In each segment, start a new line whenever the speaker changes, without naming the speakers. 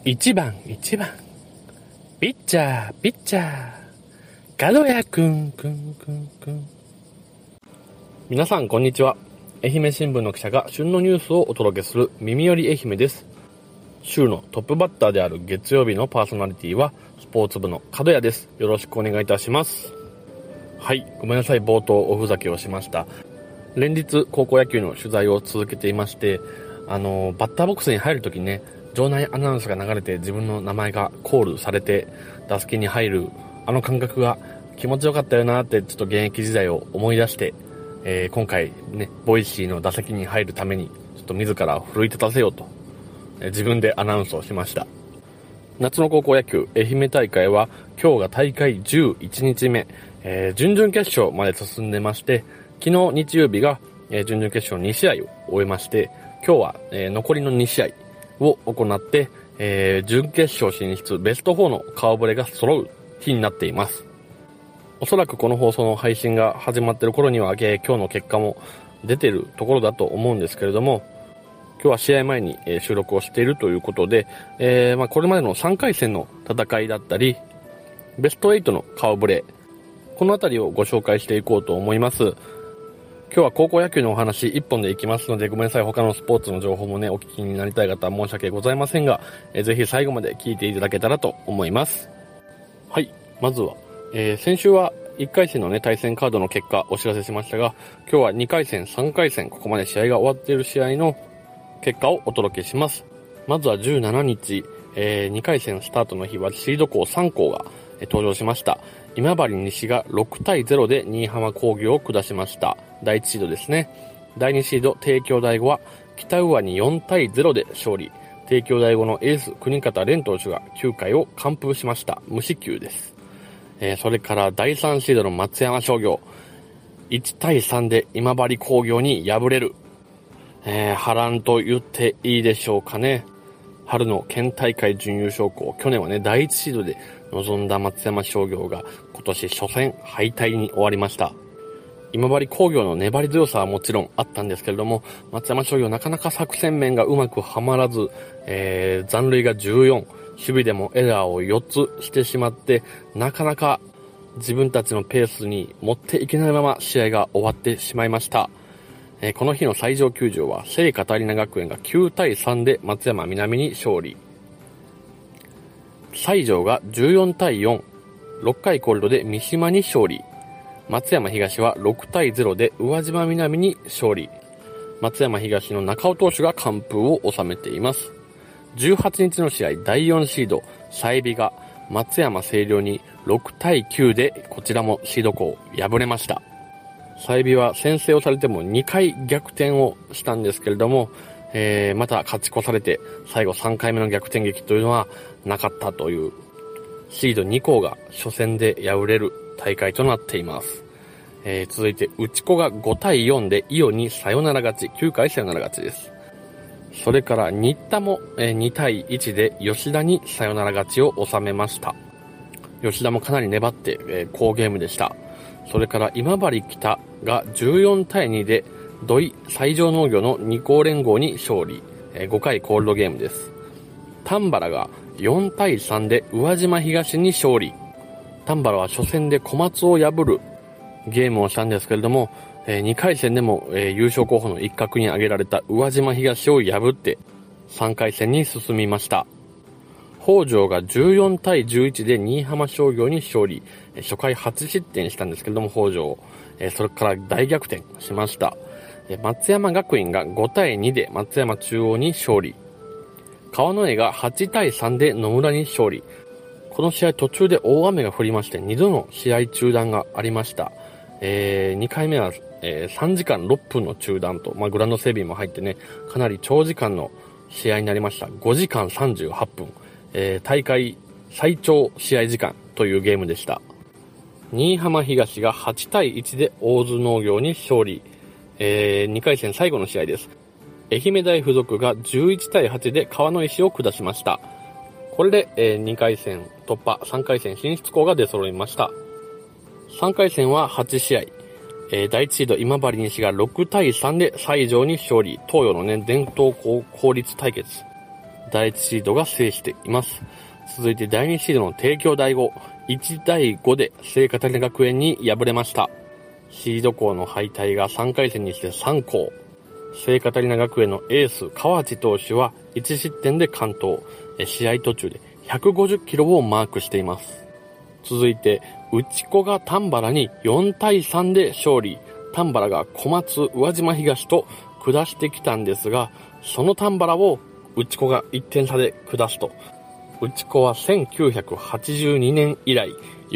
1番ピッチャー角谷くん皆さんこんにちは。愛媛新聞の記者が旬のニュースをお届けする耳より愛媛です。週のトップバッターである月曜日のパーソナリティはスポーツ部の角谷です。よろしくお願いいたします。はい、ごめんなさい、冒頭おふざけをしました。連日高校野球の取材を続けていまして、バッターボックスに入るときにね、場内アナウンスが流れて自分の名前がコールされて打席に入るあの感覚が気持ちよかったよなってちょっと現役時代を思い出して、今回ね、ボイシーの打席に入るためにちょっと自ら奮い立たせようと、自分でアナウンスをしました。夏の高校野球愛媛大会は今日が大会11日目、準々決勝まで進んでまして、昨日日曜日が、準々決勝2試合を終えまして、今日は、残りの2試合を行って、準決勝進出ベスト4の顔ぶれが揃う日になっています。おそらくこの放送の配信が始まっている頃には、今日の結果も出ているところだと思うんですけれども、今日は試合前に、収録をしているということで、これまでの3回戦の戦いだったりベスト8の顔ぶれ、このあたりをご紹介していこうと思います。今日は高校野球のお話一本でいきますので、ごめんなさい、他のスポーツの情報もね、お聞きになりたい方は申し訳ございませんが、ぜひ最後まで聞いていただけたらと思います。はい、まずは、先週は1回戦のね、対戦カードの結果お知らせしましたが、今日は2回戦、3回戦、ここまで試合が終わっている試合の結果をお届けします。まずは17日、2回戦スタートの日はシード校3校が、登場しました。今治西が6対0で新居浜工業を下しました。第1シードですね。第2シード帝京第五は北宇和に4対0で勝利。帝京第五のエース国方蓮投手が9回を完封しました。無四球です。それから第3シードの松山商業1対3で今治工業に敗れる。波乱と言っていいでしょうかね。春の県大会準優勝校、去年はね、第1シードで臨んだ松山商業が今年初戦敗退に終わりました。今治工業の粘り強さはもちろんあったんですけれども、松山商業なかなか作戦面がうまくはまらず、残塁が14、守備でもエラーを4つしてしまって、なかなか自分たちのペースに持っていけないまま試合が終わってしまいました。この日の最上球場は聖カタリナ学園が9対3で松山南に勝利。西条が14対4、6回コールドで三島に勝利。松山東は6対0で宇和島南に勝利。松山東の中尾投手が完封を収めています。18日の試合第4シード済美が松山星稜に6対9でこちらもシード校敗れました。済美は先制をされても2回逆転をしたんですけれども、また勝ち越されて最後3回目の逆転劇というのはなかったという、シード2校が初戦で敗れる大会となっています。続いて内子が5対4で伊予にサヨナラ勝ち、9回サヨナラ勝ちです。それから新田も2対1で吉田にサヨナラ勝ちを収めました。吉田もかなり粘って好ゲームでした。それから今治北が14対2で土井西条農業の2校連合に勝利。5回コールドゲームです。丹原が4対3で宇和島東に勝利。丹原は初戦で小松を破るゲームをしたんですけれども、2回戦でも優勝候補の一角に挙げられた宇和島東を破って3回戦に進みました。北条が14対11で新居浜商業に勝利。初回初失点したんですけれども北条、それから大逆転しました。松山学院が5対2で松山中央に勝利。川之江が8対3で野村に勝利。この試合途中で大雨が降りまして2度の試合中断がありました。2回目は、3時間6分の中断と、グラウンド整備も入ってね、かなり長時間の試合になりました。5時間38分。大会最長試合時間というゲームでした。新居浜東が8対1で大津農業に勝利。2回戦最後の試合です。愛媛大附属が11対8で川之石を下しました。これで、2回戦突破、3回戦進出校が出揃いました。3回戦は8試合。第1シード今治西が6対3で西条に勝利。東洋のね、伝統校公立対決。 第1シードが制しています。続いて第2シードの帝京第五、1対5で聖カタリナ学園に敗れました。シード校の敗退が3回戦にして3校。聖カタリナ学園のエース川地投手は1失点で完投。試合途中で150キロをマークしています。続いて内子が丹原に4対3で勝利。丹原が小松宇和島東と下してきたんですが、その丹原を内子が1点差で下すと、内子は1982年以来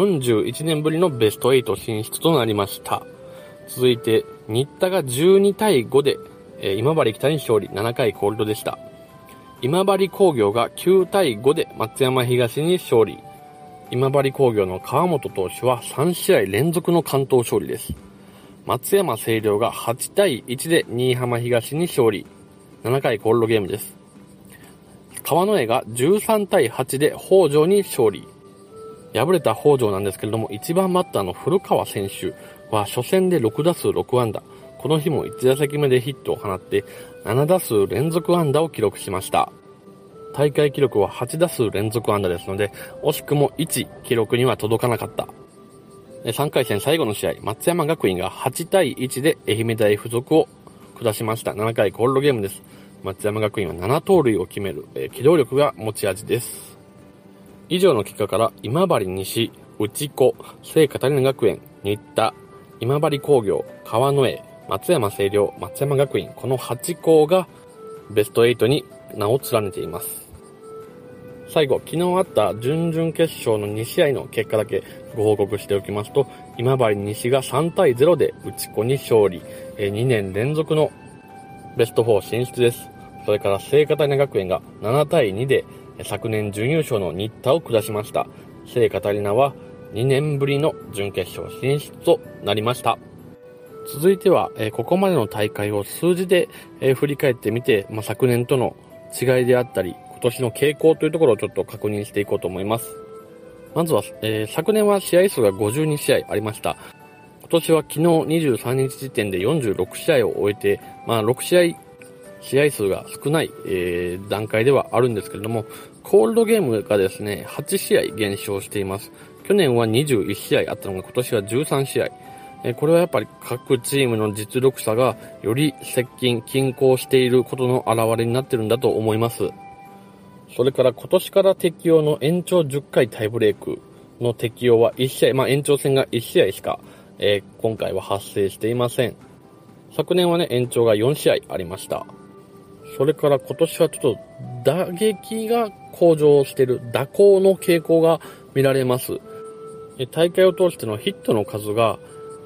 41年ぶりのベスト8進出となりました。続いて新田が12対5で今治北に勝利。7回コールドでした。今治工業が9対5で松山東に勝利。今治工業の川本投手は3試合連続の完投勝利です。松山星稜が8対1で新居浜東に勝利。7回コールドゲームです。川之江が13対8で北条に勝利。敗れた北条なんですけれども、1番バッターの古川選手は初戦で6打数6安打。この日も1打席目でヒットを放って7打数連続安打を記録しました。大会記録は8打数連続安打ですので、惜しくも1記録には届かなかった。3回戦最後の試合、松山学院が8対1で愛媛大附属を下しました。7回コールドゲームです。松山学院は7盗塁を決める、機動力が持ち味です。以上の結果から今治西、内子、聖カタリナ学園、新田、今治工業、川之江、松山星稜、松山学院、この8校がベスト8に名を連ねています。最後、昨日あった準々決勝の2試合の結果だけご報告しておきますと、今治西が3対0で内子に勝利、2年連続のベスト4進出です。それから聖カタリナ学園が7対2で昨年準優勝の新田を下しました。聖カタリナは2年ぶりの準決勝進出となりました。続いては、ここまでの大会を数字で、振り返ってみて、昨年との違いであったり、今年の傾向というところをちょっと確認していこうと思います。まずは、昨年は試合数が52試合ありました。今年は昨日23日時点で46試合を終えて、6試合数が少ない、段階ではあるんですけれども、コールドゲームがですね、8試合減少しています。去年は21試合あったのが今年は13試合。これはやっぱり各チームの実力差がより接近、均衡していることの表れになっているんだと思います。それから今年から適用の延長10回タイブレークの適用は1試合、延長戦が1試合しか、今回は発生していません。昨年はね、延長が4試合ありました。それから今年はちょっと打撃が向上している、打高の傾向が見られます。大会を通してのヒットの数が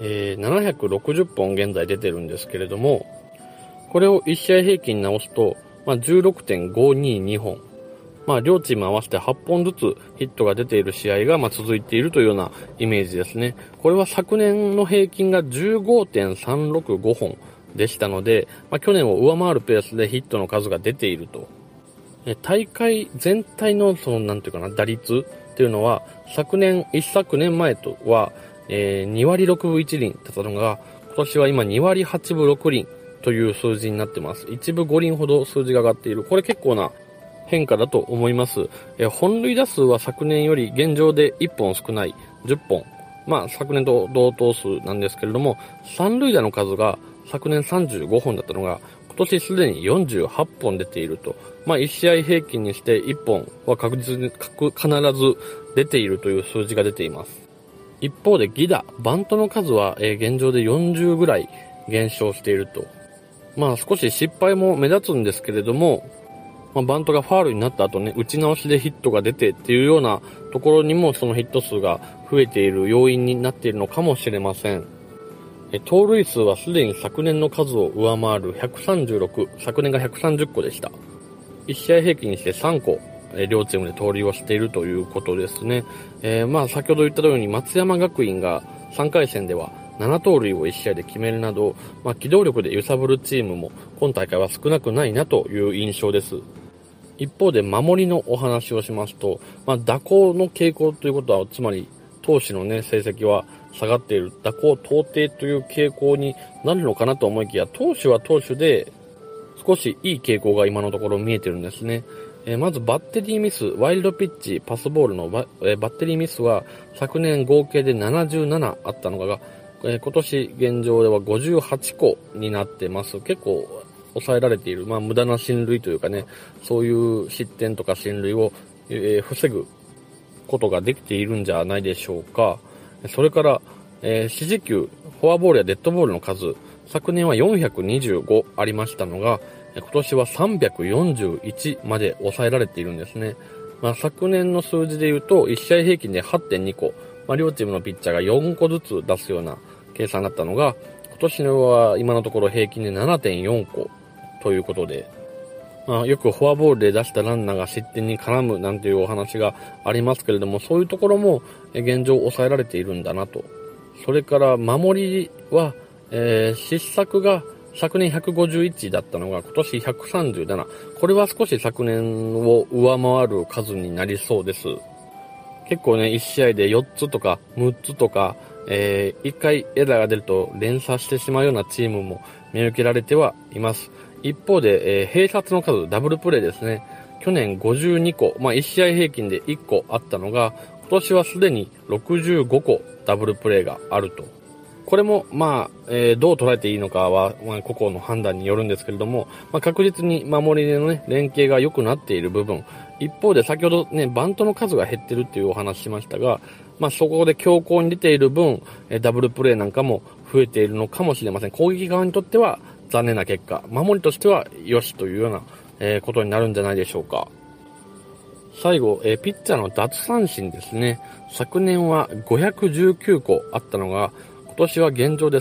760本現在出てるんですけれども、これを1試合平均に直すと、16.522 本。両チーム合わせて8本ずつヒットが出ている試合が続いているというようなイメージですね。これは昨年の平均が 15.365 本でしたので、去年を上回るペースでヒットの数が出ていると。大会全体の打率っていうのは、一昨年前とは、2割6分1厘だったのが、今年は今2割8分6厘という数字になってます。1分5厘ほど数字が上がっている。これ結構な変化だと思います。本塁打数は昨年より現状で1本少ない10本。昨年と同等数なんですけれども、三塁打の数が昨年35本だったのが、今年すでに48本出ていると。1試合平均にして1本は必ず出ているという数字が出ています。一方でバントの数は現状で40ぐらい減少していると。少し失敗も目立つんですけれども、バントがファールになった後ね、打ち直しでヒットが出てっていうようなところにもそのヒット数が増えている要因になっているのかもしれません。盗塁数はすでに昨年の数を上回る136、昨年が130個でした。1試合平均にして3個、両チームで盗塁をしているということですね。先ほど言ったように松山学院が3回戦では7盗塁を1試合で決めるなど、機動力で揺さぶるチームも今大会は少なくないなという印象です。一方で守りのお話をしますと、打高の傾向ということは、つまり投手のね、成績は下がっている、打高投低という傾向になるのかなと思いきや、投手は投手で少しいい傾向が今のところ見えてるんですね。 まずバッテリーミス、ワイルドピッチ、パスボールのバッテリーミスは昨年合計で77あったのが、今年現状では58個になってます。結構抑えられている。無駄な進塁というかね、そういう失点とか進塁を、防ぐことができているんじゃないでしょうか。それから、四死球、フォアボールやデッドボールの数、昨年は425ありましたのが、今年は341まで抑えられているんですね。昨年の数字で言うと、1試合平均で 8.2 個、両チームのピッチャーが4個ずつ出すような計算だったのが、今年は今のところ平均で 7.4 個ということで、よくフォアボールで出したランナーが失点に絡むなんていうお話がありますけれども、そういうところも現状抑えられているんだなと。それから守りは、失策が昨年151だったのが今年137。これは少し昨年を上回る数になりそうです。結構ね、1試合で4つとか6つとか、1回エラーが出ると連鎖してしまうようなチームも見受けられてはいます。一方で、併殺の数、ダブルプレーですね。去年52個、1試合平均で1個あったのが、今年はすでに65個ダブルプレーがあると。これも、どう捉えていいのかは、個々の判断によるんですけれども、確実に守りでのね、連携が良くなっている部分。一方で先ほどね、バントの数が減ってるっていうお話しましたが、そこで強行に出ている分、ダブルプレーなんかも増えているのかもしれません。攻撃側にとっては残念な結果、守りとしては良しというような、ことになるんじゃないでしょうか。最後、ピッチャーの奪三振ですね。昨年は519個あったのが、今年は現状で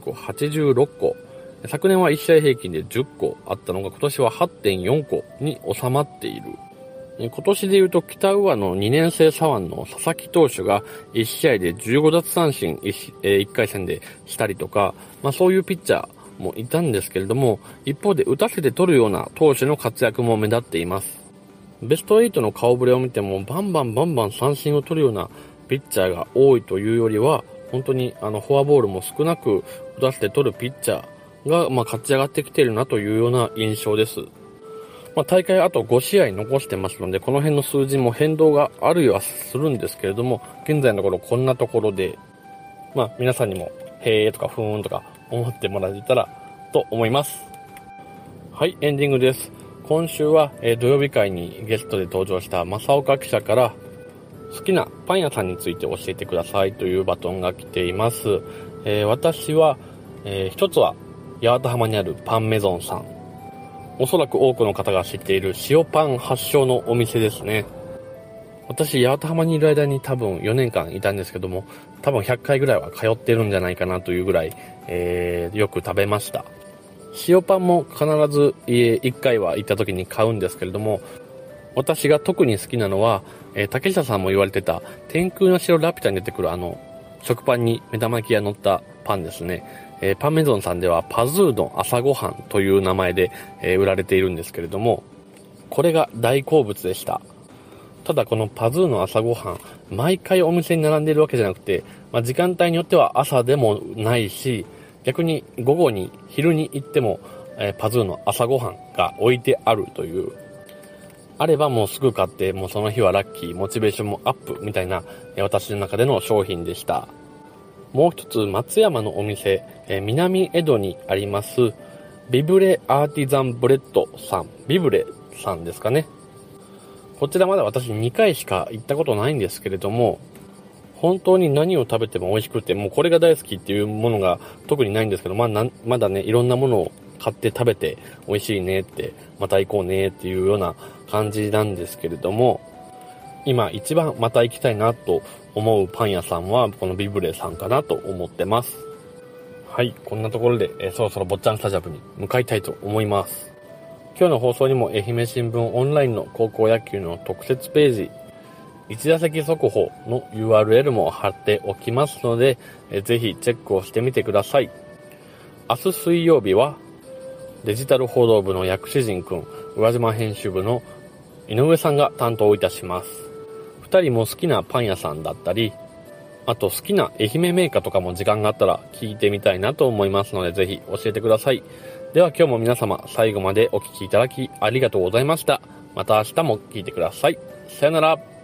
386個。昨年は1試合平均で10個あったのが、今年は 8.4 個に収まっている。今年で言うと北宇和の2年生左腕の佐々木投手が1試合で15奪三振 1回戦でしたりとか、そういうピッチャーもいたんですけれども、一方で打たせて取るような投手の活躍も目立っています。ベスト8の顔ぶれを見てもバンバン三振を取るようなピッチャーが多いというよりは、本当にフォアボールも少なく打たせて取るピッチャーが勝ち上がってきているなというような印象です。大会あと5試合残してますので、この辺の数字も変動があるようはするんですけれども、現在のところこんなところで、皆さんにもへーとかふーんとか思ってもらえたらと思います。はい、エンディングです。今週は、土曜日会にゲストで登場した正岡記者から好きなパン屋さんについて教えてくださいというバトンが来ています。私は、一つは八幡浜にあるパンメゾンさん。おそらく多くの方が知っている塩パン発祥のお店ですね。私、八幡浜にいる間に多分4年間いたんですけども、多分100回ぐらいは通ってるんじゃないかなというぐらい、よく食べました。塩パンも必ず1回は行った時に買うんですけれども、私が特に好きなのは、竹下さんも言われてた天空の城ラピュタに出てくる食パンに目玉焼きが乗ったパンですね。パンメゾンさんではパズーの朝ごはんという名前で、売られているんですけれども、これが大好物でした。ただこのパズーの朝ごはん、毎回お店に並んでいるわけじゃなくて、時間帯によっては朝でもないし、逆に午後に昼に行っても、パズーの朝ごはんが置いてあるという、あればもうすぐ買ってもうその日はラッキー、モチベーションもアップみたいな、私の中での商品でした。もう一つ松山のお店、南江戸にありますビブレアーティザンブレッドさん、ビブレさんですかね。こちらまだ私2回しか行ったことないんですけれども、本当に何を食べても美味しくて、もうこれが大好きっていうものが特にないんですけど、まだね、いろんなものを買って食べて美味しいねって、また行こうねっていうような感じなんですけれども、今一番また行きたいなと思うパン屋さんはこのビブレさんかなと思ってます。はい、こんなところで、そろそろ坊ちゃんスタジアムに向かいたいと思います。今日の放送にも愛媛新聞オンラインの高校野球の特設ページ、一打席速報の URL も貼っておきますので、ぜひチェックをしてみてください。明日水曜日はデジタル報道部の薬師陣くん、宇和島編集部の井上さんが担当いたします。二人も好きなパン屋さんだったり、あと好きな愛媛銘菓とかも時間があったら聞いてみたいなと思いますので、ぜひ教えてください。では今日も皆様最後までお聞きいただきありがとうございました。 また明日も聞いてください。さよなら。